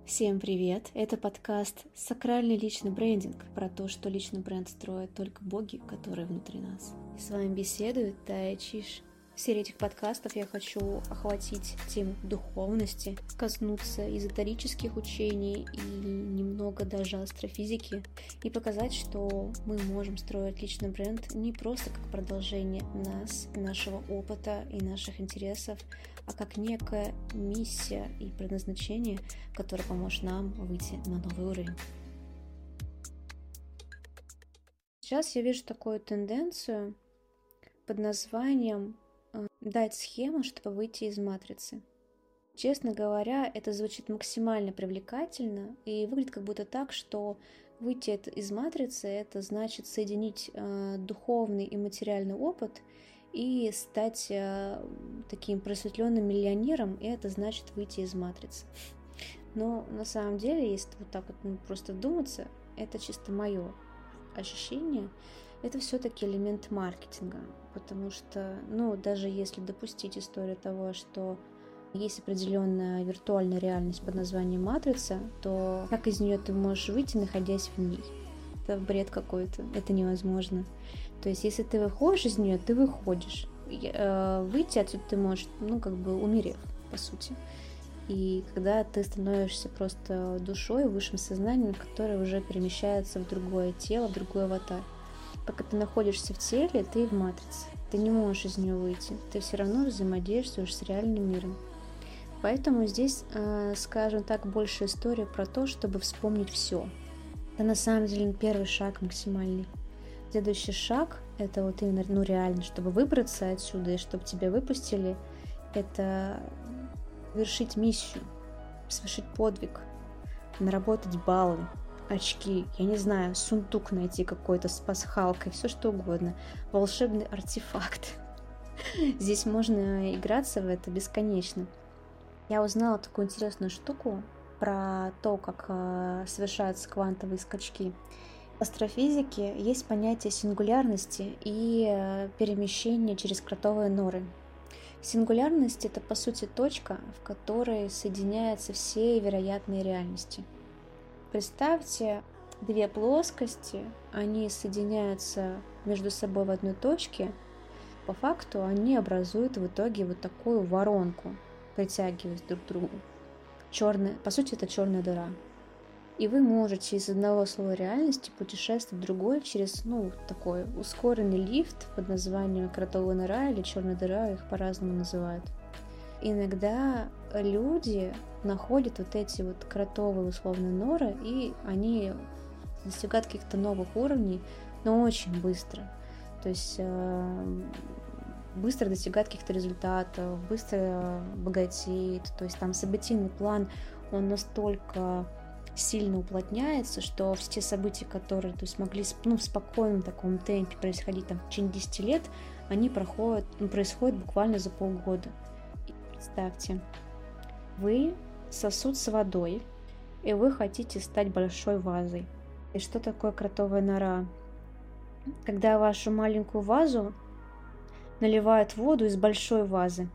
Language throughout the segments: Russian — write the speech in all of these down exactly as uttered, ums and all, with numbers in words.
Всем привет! Это подкаст «Сакральный личный брендинг» про то, что личный бренд строят только боги, которые внутри нас. И с вами беседует Тая Чиш. В серии этих подкастов я хочу охватить тему духовности, коснуться эзотерических учений и немного даже астрофизики, и показать, что мы можем строить личный бренд не просто как продолжение нас, нашего опыта и наших интересов, а как некая миссия и предназначение, которое поможет нам выйти на новый уровень. Сейчас я вижу такую тенденцию под названием дать схему, чтобы выйти из матрицы. Честно говоря, это звучит максимально привлекательно и выглядит как будто так, что выйти из матрицы — это значит соединить э, духовный и материальный опыт и стать э, таким просветленным миллионером, и это значит выйти из матрицы. Но на самом деле, если вот так вот ну, просто вдуматься, это чисто мое ощущение. Это все-таки элемент маркетинга, потому что, ну, даже если допустить историю того, что есть определенная виртуальная реальность под названием матрица, то как из нее ты можешь выйти, находясь в ней? Это бред какой-то, это невозможно. То есть, если ты выходишь из нее, ты выходишь. Выйти отсюда ты можешь, ну, как бы умерев, по сути. И когда ты становишься просто душой, высшим сознанием, которое уже перемещается в другое тело, в другой аватар. Пока ты находишься в теле, ты в матрице. Ты не можешь из нее выйти. Ты все равно взаимодействуешь с реальным миром. Поэтому здесь, скажем так, больше история про то, чтобы вспомнить все. Это на самом деле первый шаг максимальный. Следующий шаг — это вот именно, ну реально, чтобы выбраться отсюда и чтобы тебя выпустили, это совершить миссию, совершить подвиг, наработать баллы, очки, я не знаю, сундук найти какой-то с пасхалкой, все что угодно, волшебный артефакт. Здесь можно играться в это бесконечно. Я узнала такую интересную штуку про то, как совершаются квантовые скачки. В астрофизике есть понятие сингулярности и перемещения через кротовые норы. Сингулярность — это, по сути, точка, в которой соединяются все вероятные реальности. Представьте две плоскости, они соединяются между собой в одной точке. По факту они образуют в итоге вот такую воронку, притягиваясь друг к другу. Черная, по сути, это черная дыра. И вы можете из одного слоя реальности путешествовать в другой через, ну, такой ускоренный лифт под названием кротовая нора или черная дыра, их по-разному называют. Иногда люди находят вот эти вот кротовые условно норы, и они достигают каких-то новых уровней, но очень быстро. То есть э, быстро достигают каких-то результатов, быстро богатеет. То есть там событийный план, он настолько сильно уплотняется, что все те события, которые то есть, могли ну, в спокойном таком темпе происходить там, в течение десяти лет, они проходят, ну, происходят буквально за полгода. И представьте, вы сосуд с водой, и вы хотите стать большой вазой. И что такое кротовая нора? Когда вашу маленькую вазу наливают воду из большой вазы.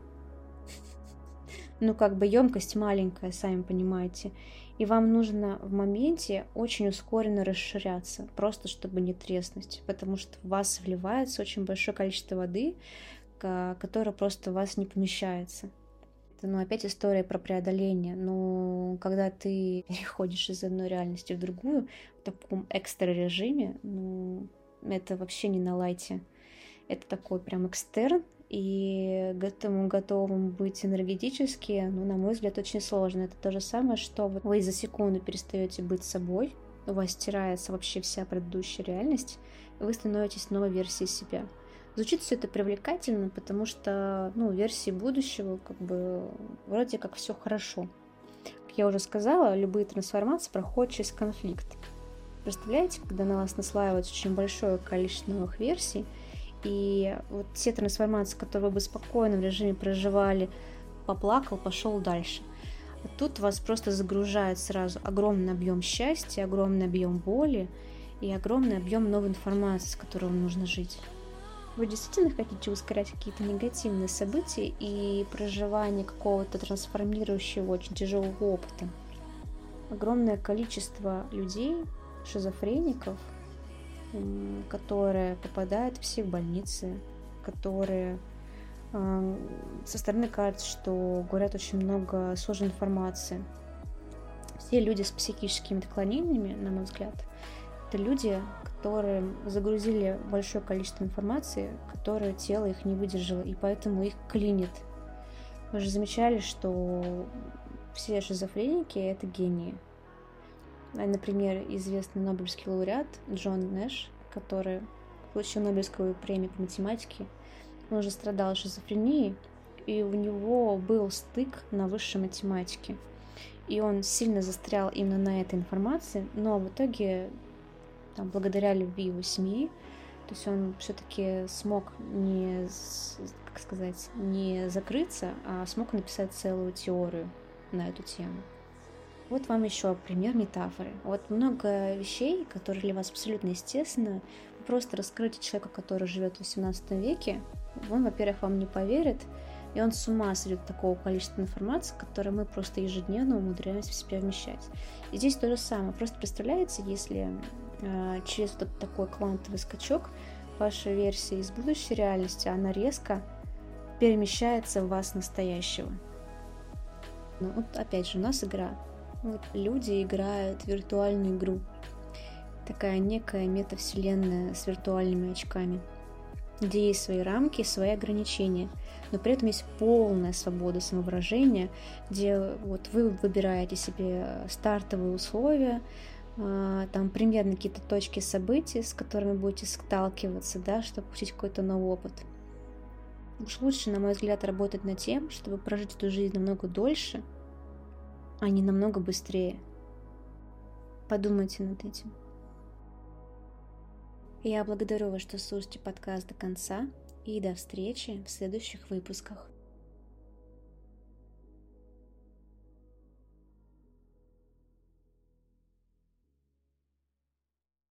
Ну, как бы емкость маленькая, сами понимаете. И вам нужно в моменте очень ускоренно расширяться, просто чтобы не треснуть, потому что в вас вливается очень большое количество воды, которое просто в вас не помещается. Это, ну, опять история про преодоление. Но когда ты переходишь из одной реальности в другую, в таком экстра-режиме, ну, это вообще не на лайте. Это такой прям экстерн, и готовым, готовым быть энергетически, ну, на мой взгляд, очень сложно. Это то же самое, что вы за секунду перестаете быть собой, у вас стирается вообще вся предыдущая реальность, и вы становитесь новой версией себя. Звучит все это привлекательно, потому что, ну, версии будущего, как бы, вроде как все хорошо. Как я уже сказала, любые трансформации проходят через конфликт. Представляете, когда на вас наслаивается очень большое количество новых версий, и вот все трансформации, которые вы бы спокойно в режиме проживали, поплакал, пошел дальше. А тут вас просто загружает сразу огромный объем счастья, огромный объем боли и огромный объем новой информации, с которой вам нужно жить. Вы действительно хотите ускорять какие-то негативные события и проживание какого-то трансформирующего, очень тяжелого опыта? огромное количество людей, шизофреников, которые попадают в психбольницы, которые со стороны кажется, что говорят очень много сложной информации. Все люди с психическими отклонениями, на мой взгляд, это люди, которые загрузили большое количество информации, которое тело их не выдержало, и поэтому их клинит. Вы же замечали, что все шизофреники — это гении. Например, известный нобелевский лауреат Джон Нэш, который получил Нобелевскую премию по математике, он уже страдал шизофренией, и у него был стык на высшей математике. И он сильно застрял именно на этой информации, но в итоге, там, благодаря любви его семьи, то есть он все-таки смог не, как сказать, не закрыться, а смог написать целую теорию на эту тему. Вот вам еще пример метафоры. Вот много вещей, которые для вас абсолютно естественны. Вы просто раскройте человека, который живет в восемнадцатом веке, он, во-первых, вам не поверит, и он с ума сойдет от такого количества информации, которое мы просто ежедневно умудряемся в себя вмещать. И здесь то же самое. Просто представляете, если э, через вот такой квантовый скачок ваша версия из будущей реальности, она резко перемещается в вас настоящего. Ну, вот опять же, у нас игра. Вот люди играют в виртуальную игру. Такая некая метавселенная с виртуальными очками, где есть свои рамки, свои ограничения, но при этом есть полная свобода самовыражения, где вот вы выбираете себе стартовые условия, там примерно какие-то точки событий, с которыми будете сталкиваться, да, чтобы получить какой-то новый опыт. Уж лучше, на мой взгляд, работать над тем, чтобы прожить эту жизнь намного дольше, а не намного быстрее. Подумайте над этим. Я благодарю вас, что слушаете подкаст до конца, и до встречи в следующих выпусках.